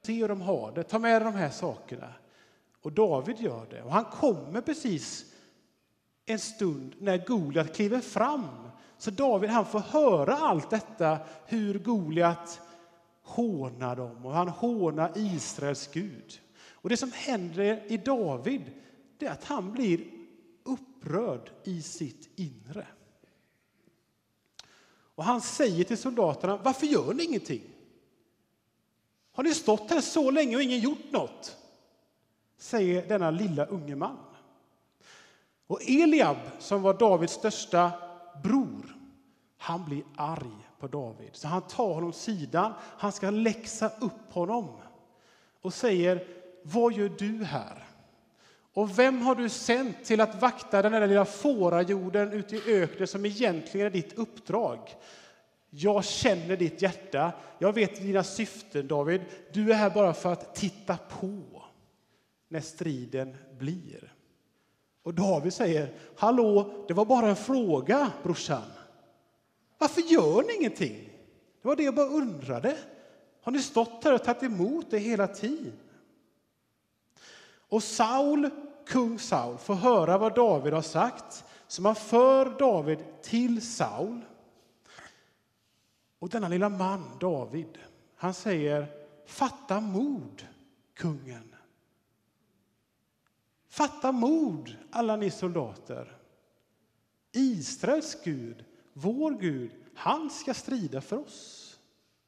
Se hur de har det. Ta med de här sakerna. Och David gör det. Och han kommer precis en stund när Goliat kliver fram. Så David, han får höra allt detta. Hur Goliat hånar dem. Och han hånar Israels Gud. Och det som händer i David, det är att han blir upprörd i sitt inre. Och han säger till soldaterna, varför gör ni ingenting? Har ni stått här så länge och ingen gjort något? Säger denna lilla unge man. Och Eliab, som var Davids största bror, han blir arg på David. Så han tar honom sidan, han ska läxa upp honom. Och säger, vad gör du här? Och vem har du sänt till att vakta den där lilla fårajorden ute i öknen som egentligen är ditt uppdrag? Jag känner ditt hjärta. Jag vet dina syften, David. Du är här bara för att titta på när striden blir. Och David säger, hallå, det var bara en fråga, brorsan. Varför gör ni ingenting? Det var det jag bara undrade. Har ni stått här och tagit emot det hela tiden? Och kung Saul, får höra vad David har sagt. Så man för David till Saul. Och denna lilla man, David, han säger, fatta mod, kungen. Fatta mod, alla ni soldater. Israels Gud, vår Gud, han ska strida för oss.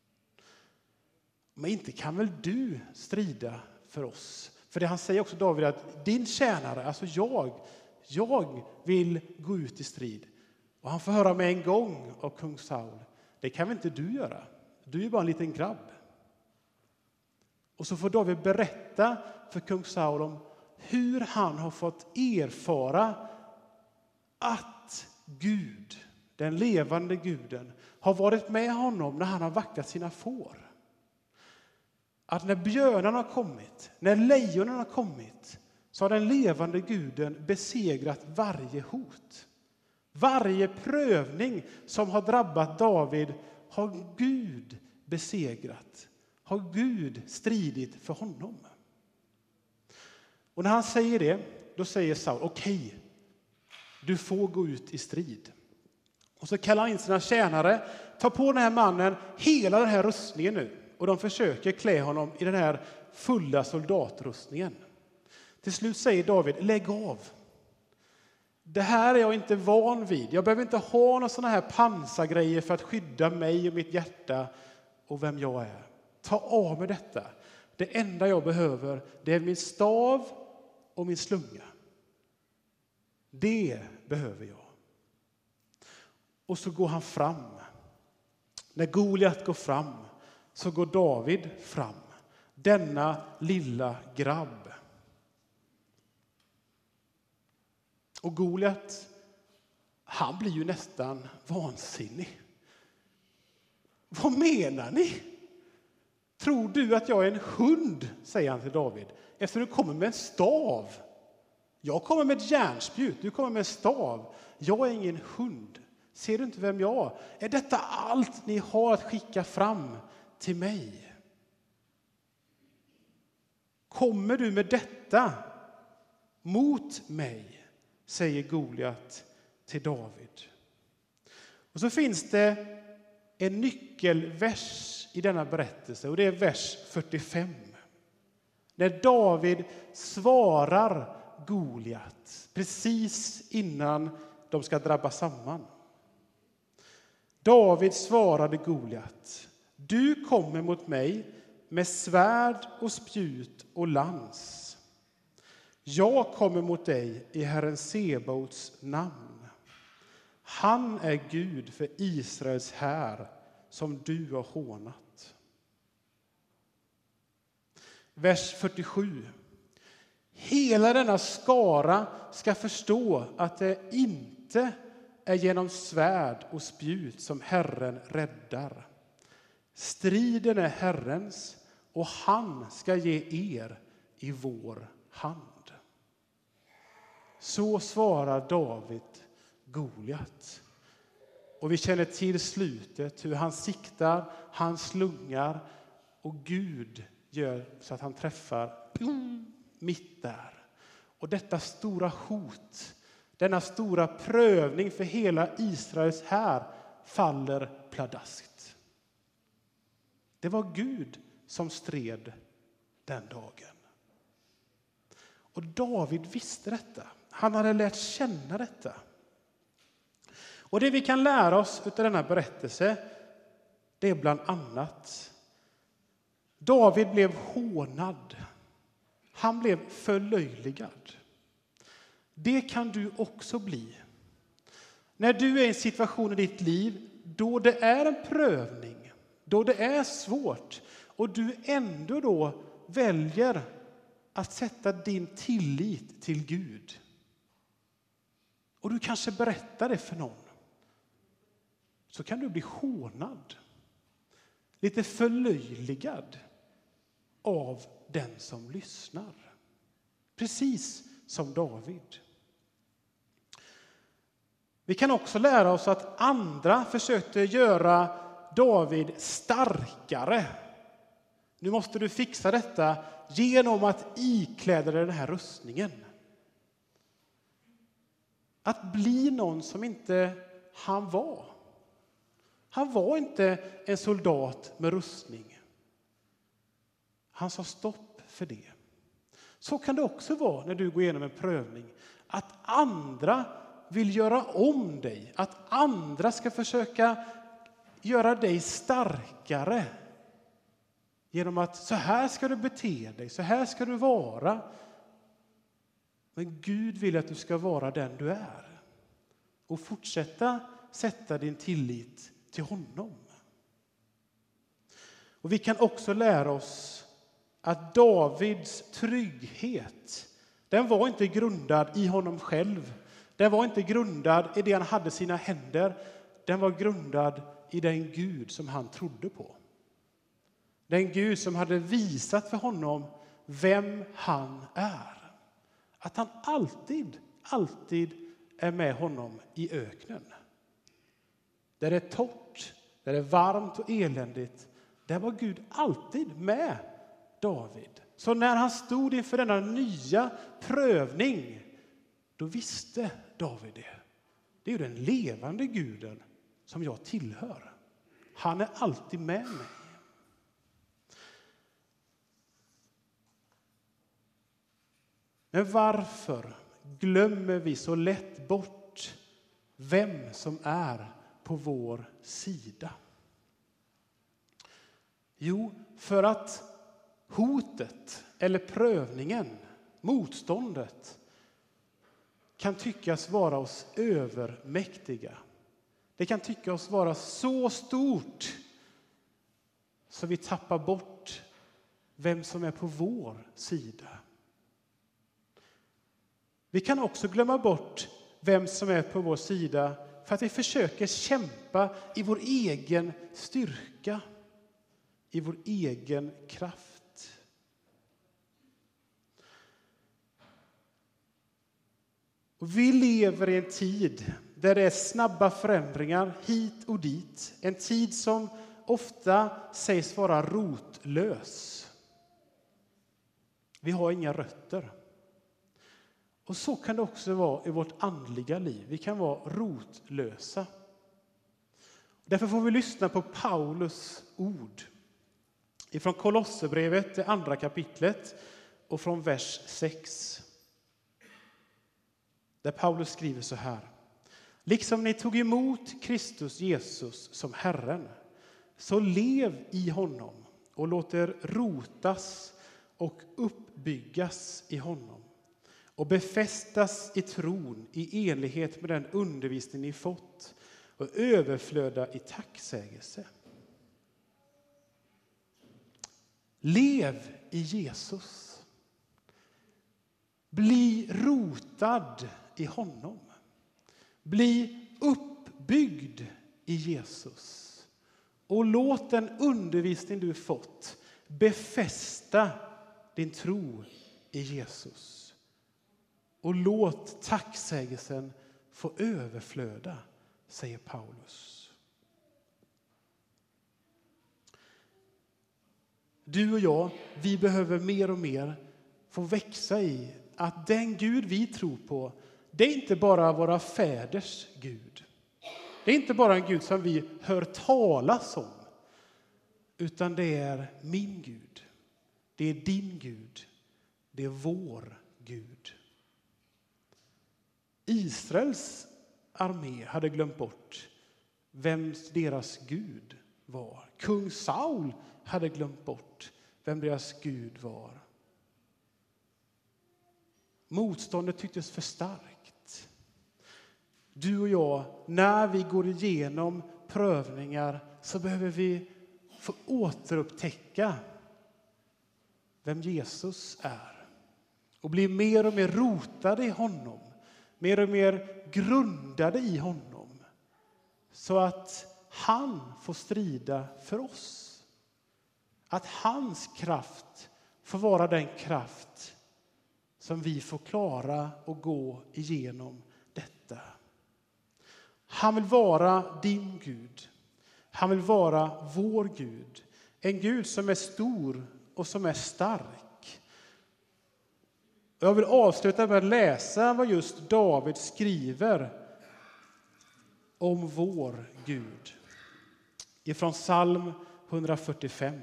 Men inte kan väl du strida för oss? För det han säger också, David, att din tjänare, alltså jag vill gå ut i strid. Och han får höra med en gång av kung Saul, det kan väl inte du göra? Du är bara en liten grabb. Och så får David berätta för kung Saul om hur han har fått erfara att Gud, den levande guden, har varit med honom när han har vaktat sina får. Att när björnarna har kommit, när lejonen har kommit, så har den levande guden besegrat varje hot. Varje prövning som har drabbat David har Gud besegrat. Har Gud stridit för honom. Och när han säger det, då säger Saul, okej, du får gå ut i strid. Och så kallar han in sina tjänare, tar på den här mannen hela den här rustningen nu. Och de försöker klä honom i den här fulla soldatrustningen. Till slut säger David, lägg av. Det här är jag inte van vid. Jag behöver inte ha några sådana här pansargrejer för att skydda mig och mitt hjärta och vem jag är. Ta av med detta. Det enda jag behöver, det är min stav och min slunga. Det behöver jag. Och så går han fram. När Goliat går fram så går David fram. Denna lilla grabb. Och Goliat, han blir ju nästan vansinnig. Vad menar ni? Tror du att jag är en hund, säger han till David. Efter du kommer med en stav. Jag kommer med ett järnspjut, du kommer med en stav. Jag är ingen hund. Ser du inte vem jag är? Är detta allt ni har att skicka fram till mig? Kommer du med detta mot mig? Säger Goliat till David. Och så finns det en nyckelvers i denna berättelse. Och det är vers 45. När David svarar Goliat precis innan de ska drabba samman. David svarade Goliat. Du kommer mot mig med svärd och spjut och lans. Jag kommer mot dig i Herren Sebaots namn. Han är Gud för Israels här som du har hånat. Vers 47. Hela denna skara ska förstå att det inte är genom svärd och spjut som Herren räddar. Striden är Herrens och han ska ge er i vår hand. Så svarar David Goliat. Och vi känner till slutet, hur han siktar, han slungar och Gud gör så att han träffar mitt där. Och detta stora hot, denna stora prövning för hela Israels här faller pladaskt. Det var Gud som stred den dagen. Och David visste detta. Han hade lärt känna detta. Och det vi kan lära oss av denna berättelse, det är bland annat: David blev hånad. Han blev förlöjligad. Det kan du också bli. När du är i en situation i ditt liv då det är en prövning, då det är svårt, och du ändå då väljer att sätta din tillit till Gud. Och du kanske berättar det för någon. Så kan du bli hånad. Lite förlöjligad av den som lyssnar. Precis som David. Vi kan också lära oss att andra försökte göra David starkare. Nu måste du fixa detta genom att ikläda dig den här rustningen. Att bli någon som inte han var. Han var inte en soldat med rustning. Han sa stopp för det. Så kan det också vara när du går igenom en prövning. Att andra vill göra om dig. Att andra ska försöka göra dig starkare. Genom att så här ska du bete dig, så här ska du vara. Men Gud vill att du ska vara den du är. Och fortsätta sätta din tillit till honom. Och vi kan också lära oss att Davids trygghet, den var inte grundad i honom själv. Den var inte grundad i det han hade i sina händer. Den var grundad i den Gud som han trodde på. Den Gud som hade visat för honom vem han är. Att han alltid är med honom i öknen. Där det är torrt, där det är varmt och eländigt, där var Gud alltid med David. Så när han stod inför denna nya prövning, då visste David det. Det är ju den levande Guden som jag tillhör. Han är alltid med mig. Men varför glömmer vi så lätt bort vem som är på vår sida? Jo, för att hotet eller prövningen, motståndet, kan tyckas vara oss övermäktiga. Det kan tyckas vara så stort så vi tappar bort vem som är på vår sida. Vi kan också glömma bort vem som är på vår sida för att vi försöker kämpa i vår egen styrka, i vår egen kraft. Och vi lever i en tid där det är snabba förändringar hit och dit. En tid som ofta sägs vara rotlös. Vi har inga rötter. Och så kan det också vara i vårt andliga liv. Vi kan vara rotlösa. Därför får vi lyssna på Paulus ord. Ifrån Kolosserbrevet, det andra kapitlet, och från vers 6. Där Paulus skriver så här: liksom ni tog emot Kristus Jesus som Herren, så lev i honom och låt er rotas och uppbyggas i honom och befästas i tron i enlighet med den undervisning ni fått och överflöda i tacksägelse. Lev i Jesus. Bli rotad i honom. Bli uppbyggd i Jesus. Och låt den undervisning du fått befästa din tro i Jesus. Och låt tacksägelsen få överflöda, säger Paulus. du och jag, vi behöver mer och mer få växa i att den Gud vi tror på, det är inte bara våra fäders Gud. Det är inte bara en Gud som vi hör talas om, utan det är min Gud. Det är din Gud. Det är vår Gud. Israels armé hade glömt bort vem deras Gud var. Kung Saul hade glömt bort vem deras Gud var. Motståndet tycktes för starkt. Du och jag, när vi går igenom prövningar så behöver vi få återupptäcka vem Jesus är. Och bli mer och mer rotade i honom. Mer och mer grundade i honom. Så att han får strida för oss. Att hans kraft får vara den kraft som vi får klara och gå igenom detta. Han vill vara din Gud. Han vill vara vår Gud. En Gud som är stor och som är stark. Jag vill avsluta med att läsa vad just David skriver om vår Gud. Ifrån psalm 145.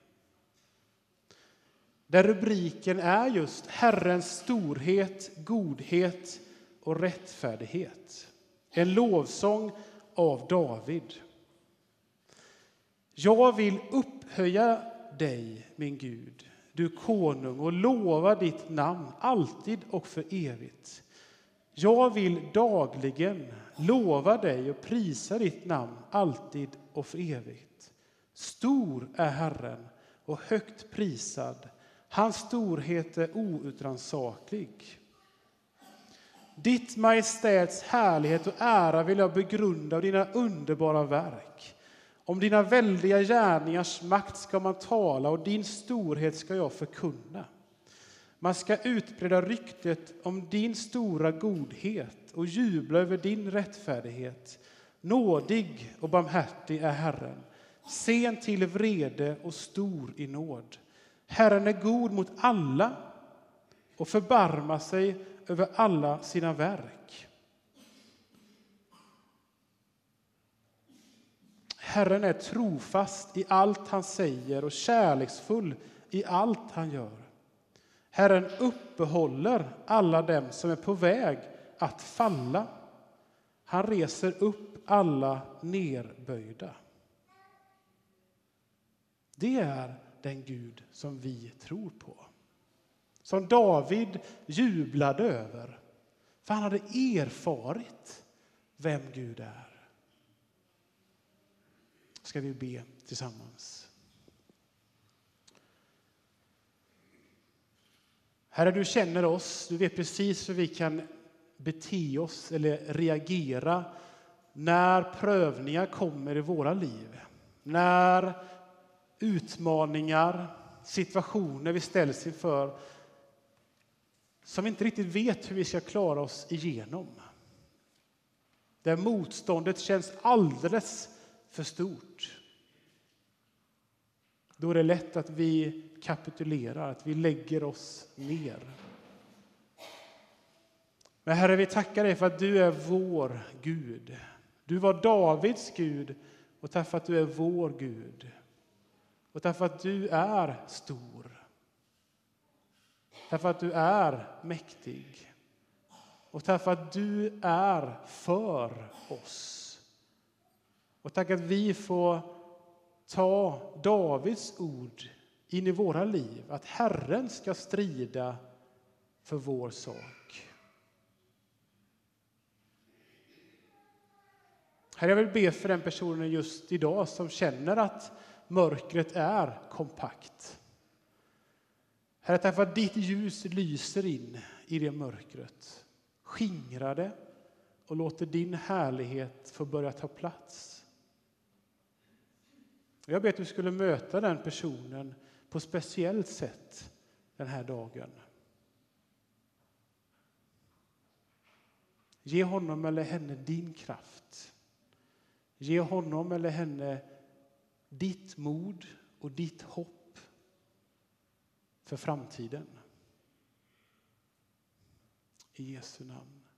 Där rubriken är just Herrens storhet, godhet och rättfärdighet. En lovsång av David. Jag vill upphöja dig, min Gud, du konung, och lova ditt namn alltid och för evigt. Jag vill dagligen lova dig och prisa ditt namn alltid och för evigt. Stor är Herren och högt prisad. Hans storhet är outrannsaklig. Ditt majestäts härlighet och ära vill jag begrunda av dina underbara verk. Om dina väldiga gärningars makt ska man tala och din storhet ska jag förkunna. Man ska utbreda ryktet om din stora godhet och jubla över din rättfärdighet. Nådig och barmhärtig är Herren, sen till vrede och stor i nåd. Herren är god mot alla och förbarmar sig över alla sina verk. Herren är trofast i allt han säger och kärleksfull i allt han gör. Herren uppehåller alla dem som är på väg att falla. Han reser upp alla nerböjda. Det är den Gud som vi tror på. Som David jublade över. För han hade erfarit vem Gud är. Ska vi be tillsammans. Herre, du känner oss. Du vet precis hur vi kan bete oss eller reagera när prövningar kommer i våra liv. När utmaningar, situationer vi ställs inför som vi inte riktigt vet hur vi ska klara oss igenom. Där motståndet känns alldeles för stort. Då är det lätt att vi kapitulerar, att vi lägger oss ner. Men Herre, vi tackar dig för att du är vår Gud. Du var Davids Gud och tack för att du är vår Gud. Och tack för att du är stor. Tack för att du är mäktig. Och tack för att du är för oss. Och tack att vi får ta Davids ord in i våra liv. Att Herren ska strida för vår sak. Herre, jag vill be för den personen just idag som känner att mörkret är kompakt. Herre, tack för att ditt ljus lyser in i det mörkret. Skingra det och låter din härlighet få börja ta plats. Jag ber att du skulle möta den personen på ett speciellt sätt den här dagen. Ge honom eller henne din kraft. Ge honom eller henne ditt mod och ditt hopp för framtiden. I Jesu namn.